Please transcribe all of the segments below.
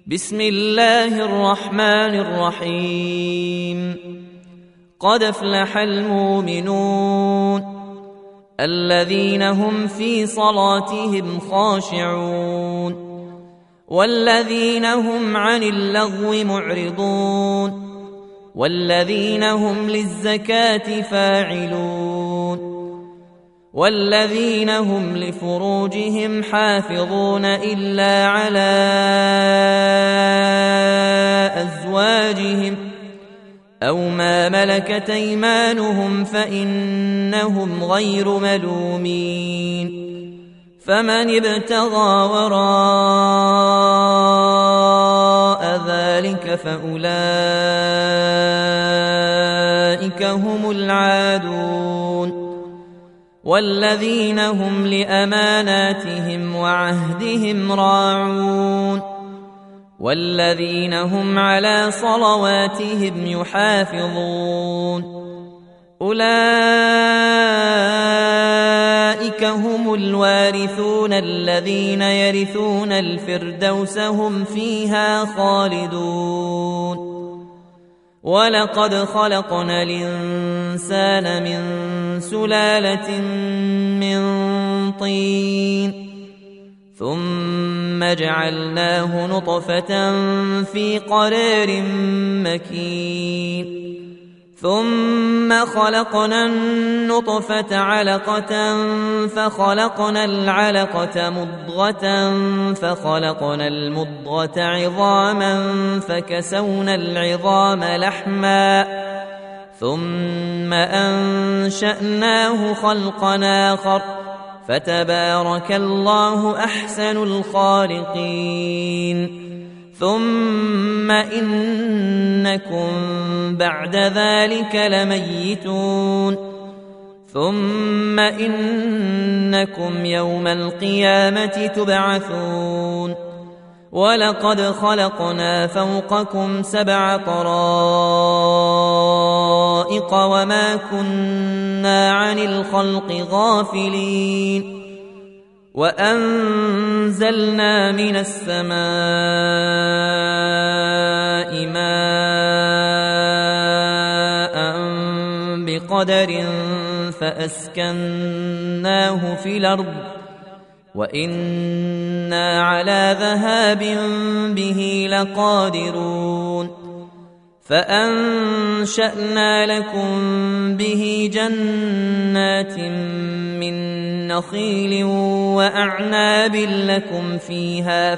بسم الله الرحمن الرحيم. قد افلح المؤمنون الذين هم في صلاتهم خاشعون والذين هم عن اللغو معرضون والذين هم للزكاة فاعلون والذين هم لفروجهم حافظون إلا على أزواجهم أو ما ملكت أيمانهم فإنهم غير ملومين. فمن ابتغى وراء ذلك فأولئك هم العادون والذين هم لأماناتهم وعهدهم راعون والذين هم على صلواتهم يحافظون. أولئك هم الوارثون الذين يرثون الفردوس هم فيها خالدون. ولقد خلقنا الإنسان من سلالة من طين ثم جعلناه نطفة في قرار مكين ثم خلقنا النطفة علقة فخلقنا العلقة مضغة فخلقنا المضغة عظاما فكسونا العظام لحما ثم أنشأناه خلقا آخر فتبارك الله أحسن الخالقين. ثم إنكم بعد ذلك لميتون ثم إنكم يوم القيامة تبعثون. ولقد خلقنا فوقكم 7 طرائق وما كنا عن الخلق غافلين. وأنزلنا من السماء ماء بقدر فأسكناه في الأرض وإنا على ذهاب به لقادرون. فأنشأنا لكم به جنات من نخيل وأعناب لكم فيها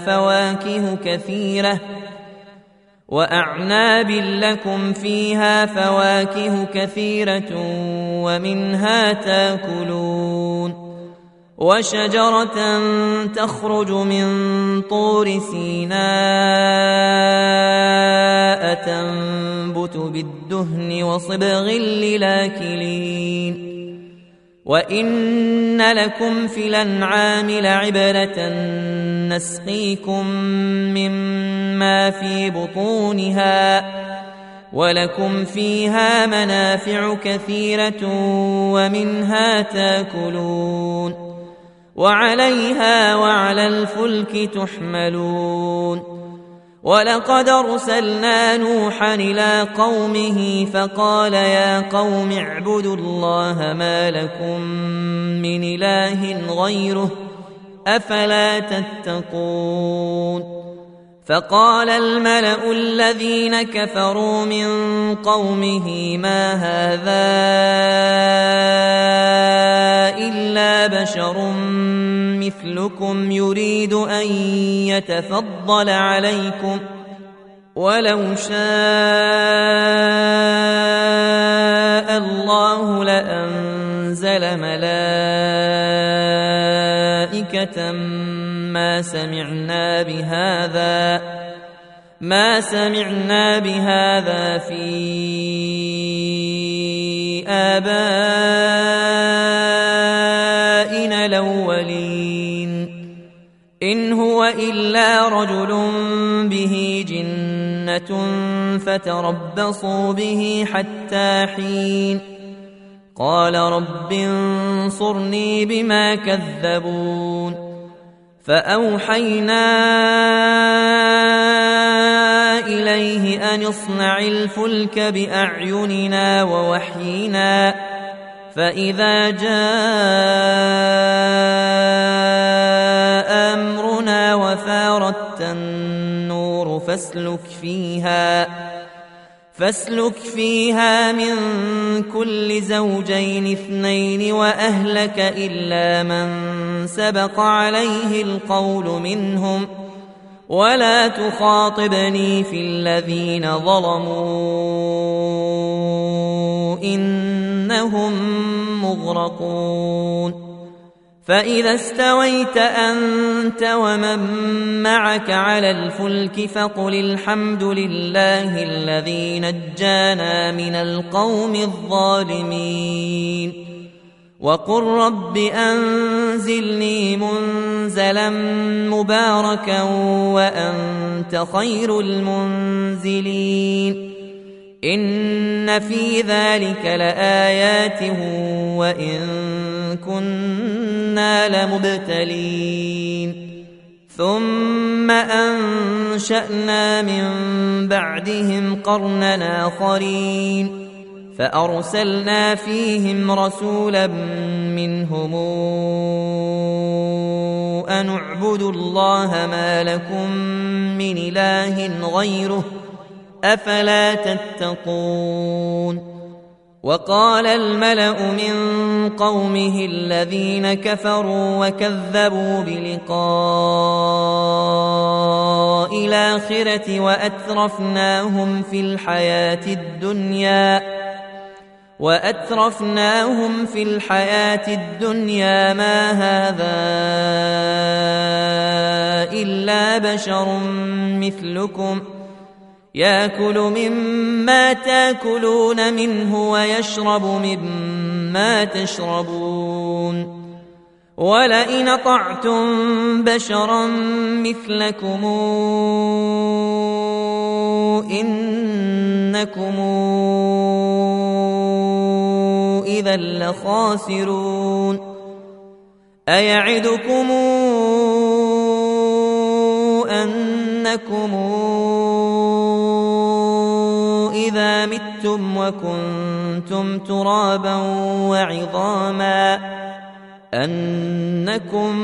فواكه كثيرة ومنها تاكلون. وشجرة تخرج من طور سيناء تنبت بالدهن وصبغ للآكلين. وإن لكم في الأنعام لعبرة نسقيكم مما في بطونها ولكم فيها منافع كثيرة ومنها تاكلون وعليها وعلى الفلك تحملون. ولقد أرسلنا نوحا إلى قومه فقال يا قوم اعبدوا الله ما لكم من إله غيره أفلا تتقون. فقال الملأ الذين كفروا من قومه ما هذا إلا بشر مثلكم يريد أن يتفضل عليكم ولو شاء الله لأنزل ملائكة ما سمعنا بهذا في آبائنا الأولين إن هو إلا رجل به جنة فتربصوا به حتى حين. قال رب انصرني بما كذبون. فأوحينا أن اصنع الفلك بأعيننا ووحينا فإذا جاء أمرنا وفارت النور فاسلك فيها من كل زوجين اثنين وأهلك إلا من سبق عليه القول منهم ولا تخاطبني في الذين ظلموا إنهم مغرقون فإذا استويت أنت ومن معك على الفلك فقل الحمد لله الذي نجانا من القوم الظالمين وقل رب أنزلني منزلا مباركا وأنت خير المنزلين إن في ذلك لآيات وإن كنا لمبتلين ثم أنشأنا من بعدهم قرنا آخرين فأرسلنا فيهم رسولا منهم أن اعبدوا الله ما لكم من إله غيره أفلا تتقون وقال الملأ من قومه الذين كفروا وكذبوا بلقاء الآخرة وأترفناهم في الحياة الدنيا ما هذا إلا بشر مثلكم يأكل مما تأكلون منه ويشرب مما تشربون ولئن أطعتم بشرا مثلكم إنكم إذا لخاسرون أيعدكم أنكم إذا متم وكنتم ترابا وعظاما أنكم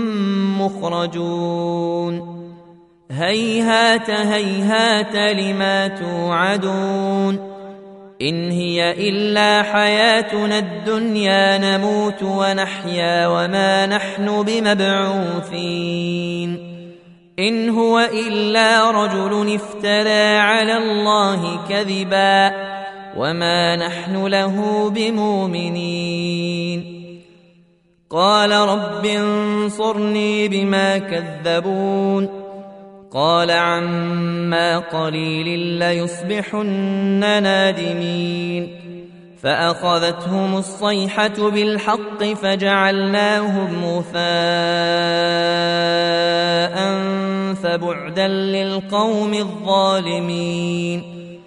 مخرجون هيهات هيهات لما توعدون إن هي إلا حياتنا الدنيا نموت ونحيا وما نحن بمبعوثين إن هو إلا رجل افترى على الله كذبا وما نحن له بمؤمنين قال رب انصرني بما كذبون قال عما قليل ليصبحن نادمين فأخذتهم الصيحة بالحق فجعلناهم غثاء فبعدا للقوم الظالمين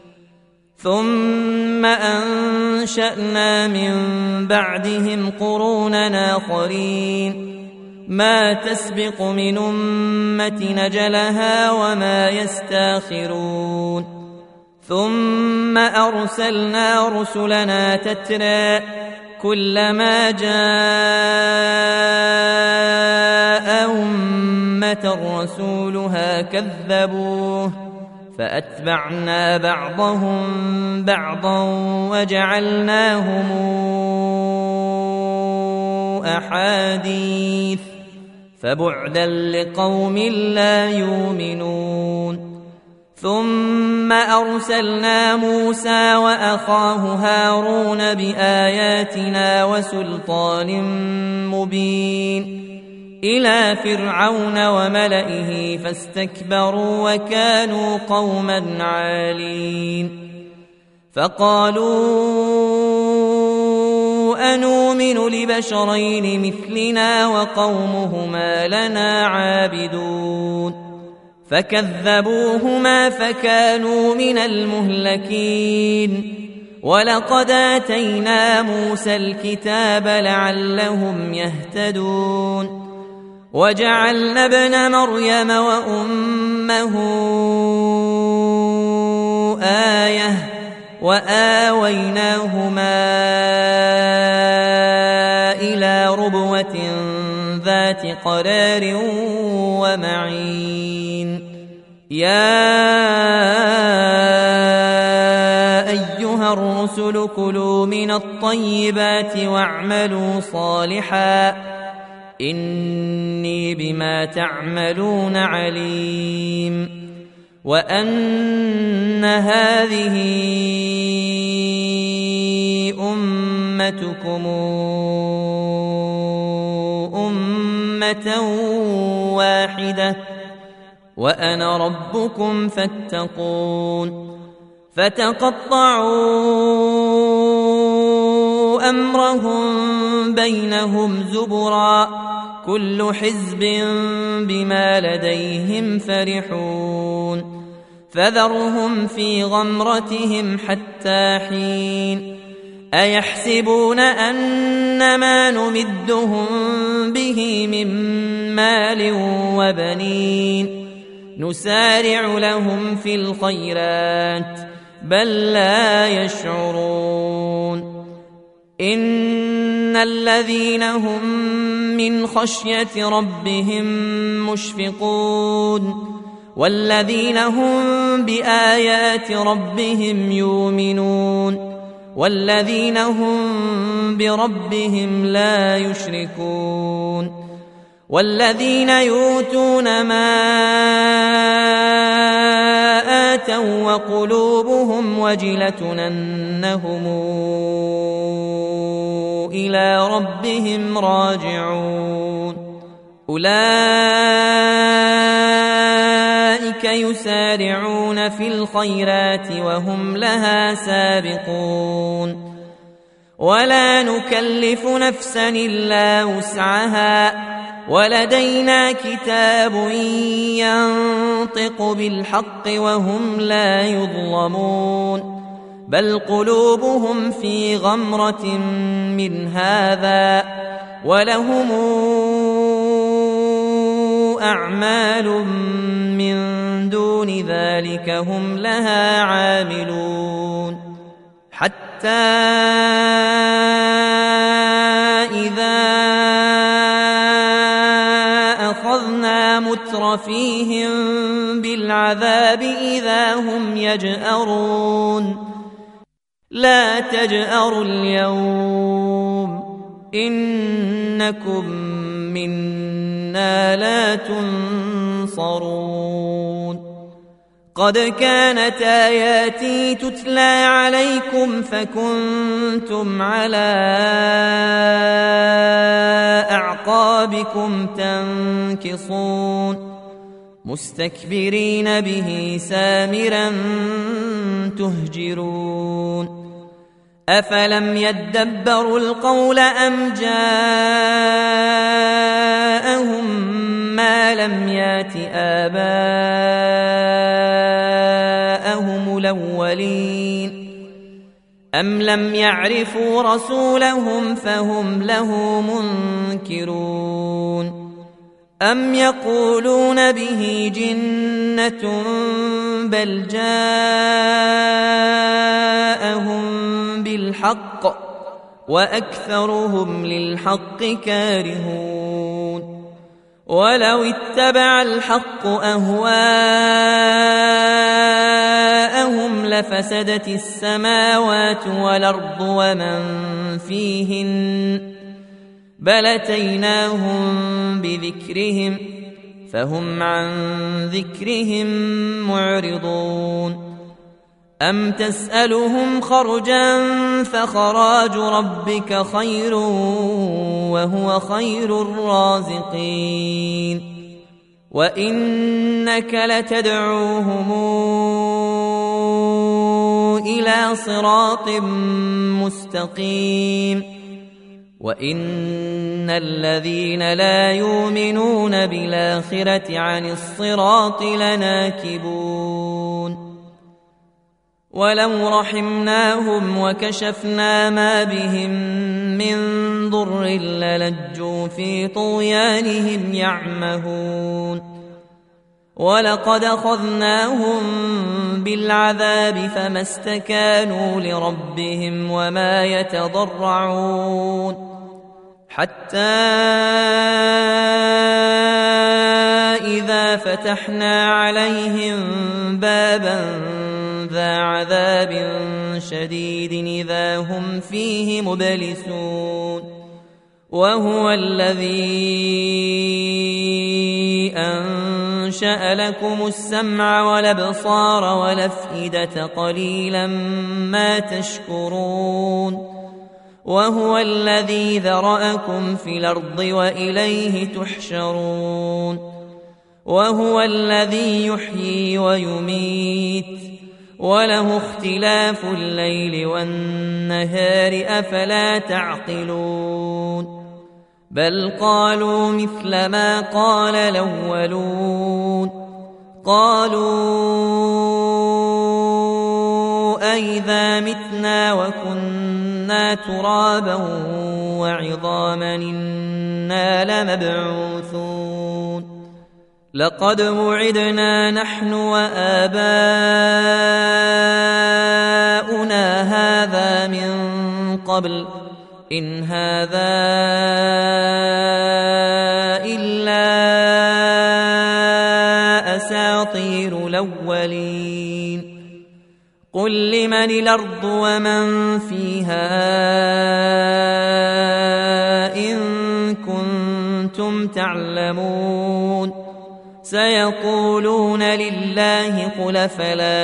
ثم أنشأنا من بعدهم قرونا آخرين ما تسبق من أمة نجلها وما يستاخرون ثم أرسلنا رسلنا تترى كلما جاء أمة رسولها كذبوه فأتبعنا بعضهم بعضا وجعلناهم أحاديث فبعدا لقوم لا يؤمنون ثم أرسلنا موسى وأخاه هارون بآياتنا وسلطان مبين إلى فرعون وملئه فاستكبروا وكانوا قوما عالين فقالوا أنؤمن لبشرين مثلنا وقومهما لنا عابدون فكذبوهما فكانوا من المهلكين ولقد آتينا موسى الكتاب لعلهم يهتدون وجعلنا ابن مريم وأمه وآويناهما إلى ربوة ذات قرار ومعين يا أيها الرسل كلوا من الطيبات واعملوا صالحا إني بما تعملون عليم وأن هذه أمتكم أمة واحدة وأنا ربكم فاتقون فتقطعوا أمرهم بينهم زبرا كل حزب بما لديهم فرحون فذرهم في غمرتهم حتى حين أيحسبون أنما نمدهم به من مال وبنين نسارع لهم في الخيرات بل لا يشعرون إن الذين هم من خشية ربهم مشفقون والذين هم بآيات ربهم يؤمنون والذين هم بربهم لا يشركون والذين يؤتون ما آتوا وقلوبهم وجلة أنهم إلى ربهم راجعون أولئك يسارعون في الخيرات وهم لها سابقون ولا نكلف نفسا إلا وسعها ولدينا كتاب ينطق بالحق وهم لا يظلمون بل قلوبهم في غمرة من هذا ولهم أعمال من دون ذلك هم لها عاملون حتى إذا أخذنا مترفيهم بالعذاب إذا هم يجأرون لا تجأروا اليوم إنكم منا لا تنصرون قد كانت آياتي تتلى عليكم فكنتم على أعقابكم تنكصون مستكبرين به سامرا تهجرون أفلم يدبروا القول أم جاءهم ما لم يات آباءهم الأولين أم لم يعرفوا رسولهم فهم له منكرون أم يقولون به جنة بل جاءهم بالحق وأكثرهم للحق كارهون ولو اتبع الحق أهواءهم لفسدت السماوات والأرض ومن فيهن بل أتيناهم بذكرهم فهم عن ذكرهم معرضون أم تسألهم خرجا فخراج ربك خير وهو خير الرازقين وإنك لتدعوهم إلى صراط مستقيم وإن الذين لا يؤمنون بالآخرة عن الصراط لناكبون ولو رحمناهم وكشفنا ما بهم من ضر للجوا في طغيانهم يعمهون ولقد أخذناهم بالعذاب فما استكانوا لربهم وما يتضرعون حتى إذا فتحنا عليهم بابا ذا عذاب شديد إذا هم فيه مبلسون وهو الذي أنشأ لكم السمع والأبصار والأفئدة قليلا ما تشكرون وهو الذي ذرأكم في الأرض وإليه تحشرون وهو الذي يحيي ويميت وله اختلاف الليل والنهار أفلا تعقلون بل قالوا مثل ما قال الأولون قالوا أئذا متنا وكنا ترابا وعظاما إنا لمبعوثون لقد وعدنا نحن وآباؤنا هذا من قبل إن هذا إلا أساطير الأولين قل لمن الأرض ومن فيها إن كنتم تعلمون سيقولون لله قل فلا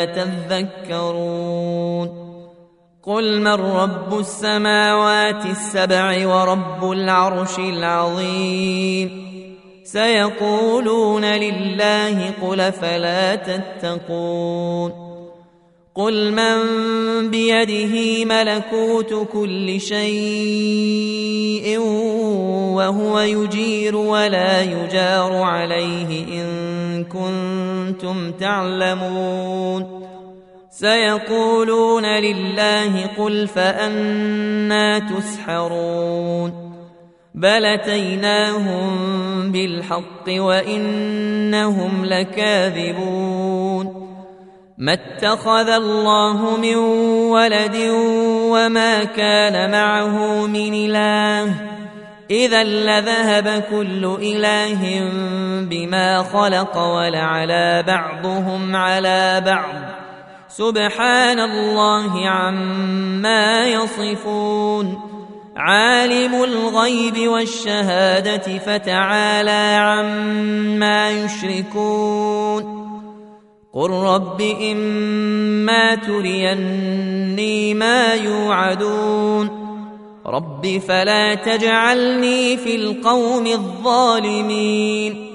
تذكرون قل من رب السماوات السبع ورب العرش العظيم سيقولون لله قل فلا تتقون قل من بيده ملكوت كل شيء وهو يجير ولا يجار عليه إن كنتم تعلمون سيقولون لله قل فأنى تسحرون بل أتيناهم بالحق وإنهم لكاذبون ما اتخذ الله من ولد وما كان معه من إله إذا لذهب كل إله بما خلق ولعلى بعضهم على بعض سبحان الله عما يصفون عالم الغيب والشهادة فتعالى عما يشركون قل رب إما تريني ما يوعدون رب فلا تجعلني في القوم الظالمين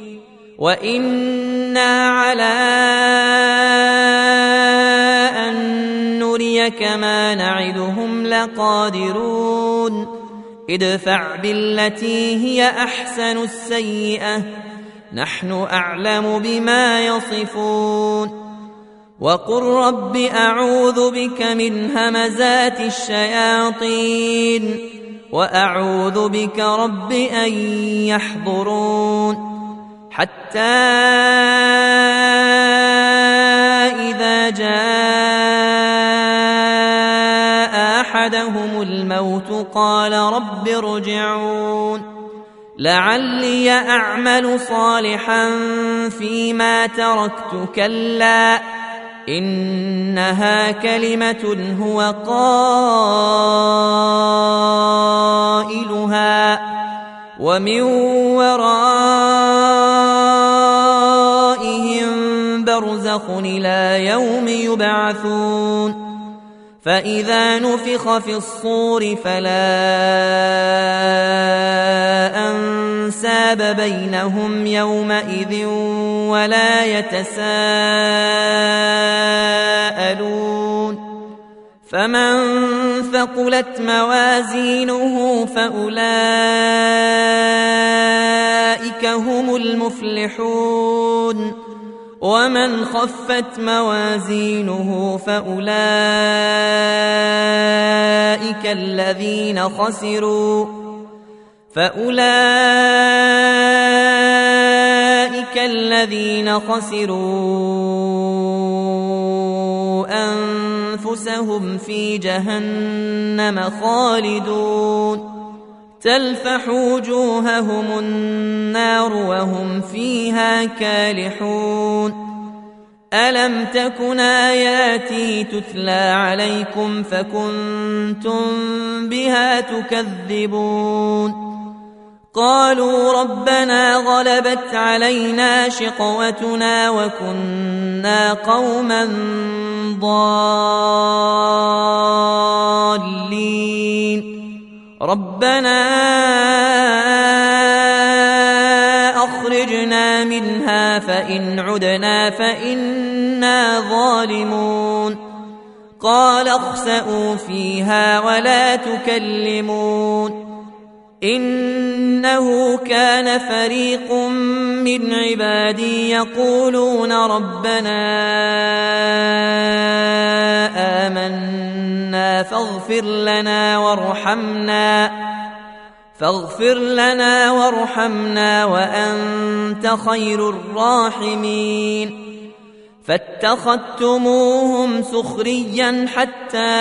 وإنا على أن نريك ما نعدهم لقادرون ادفع بالتي هي أحسن السيئة نحن أعلم بما يصفون وقل رب أعوذ بك من همزات الشياطين وأعوذ بك رب أن يحضرون حتى إذا جاء أحدهم الموت قال رب ارجعون لعلي أعمل صالحا فيما تركت كلا إنها كلمة هو قائلها ومن ورائهم برزخ إلى يوم يبعثون فإذا نفخ في الصور فلا أنساب بينهم يومئذ ولا يتساءلون فمن ثقلت موازينه فأولئك هم المفلحون ومن خفت موازينه فأولئك أولئك الذين خسروا أنفسهم في جهنم خالدون تلفح وجوههم النار وهم فيها كالحون ألم تكن آياتي تتلى عليكم فكنتم بها تكذبون قالوا ربنا غلبت علينا شقوتنا وكنا قوما ضالين ربنا أخرجنا منها فإن عدنا فإنا ظالمون قال اخسئوا فيها ولا تكلمون إنه كان فريق من عبادي يقولون ربنا آمنا فاغفر لنا وارحمنا وأنت خير الراحمين فاتخذتموهم سخريا حتى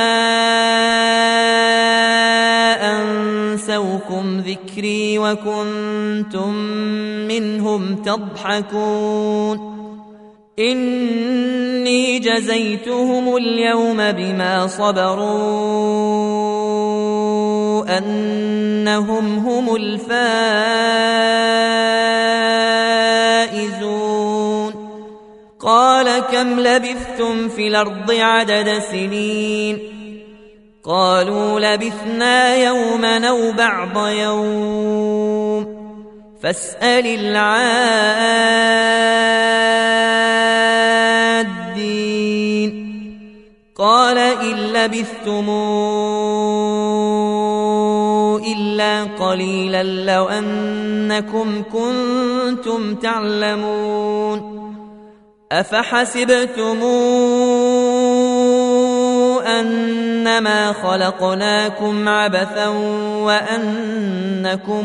أنسوكم ذكري وكنتم منهم تضحكون إني جزيتهم اليوم بما صبروا أنهم هم الفائزون قال كم لبثتم في الأرض عدد سنين قالوا لبثنا يوما أو بعض يوم فاسأل العادين قال إن لبثتم إلا قليلا لو أنكم كنتم تعلمون أفحسبتم أنما خلقناكم عبثا وأنكم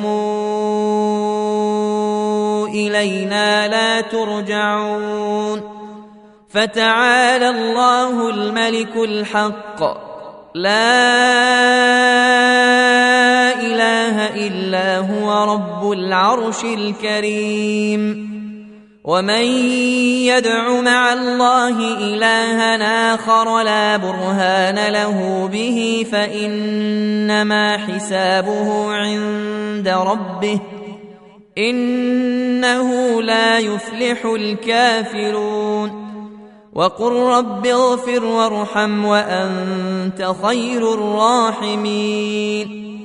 إلينا لا ترجعون فتعالى الله الملك الحق لا إله إلا هو رب العرش الكريم ومن يدع مع الله إلها آخر لا برهان له به فإنما حسابه عند ربه إنه لا يفلح الكافرون وقل رب اغفر وارحم وأنت خير الراحمين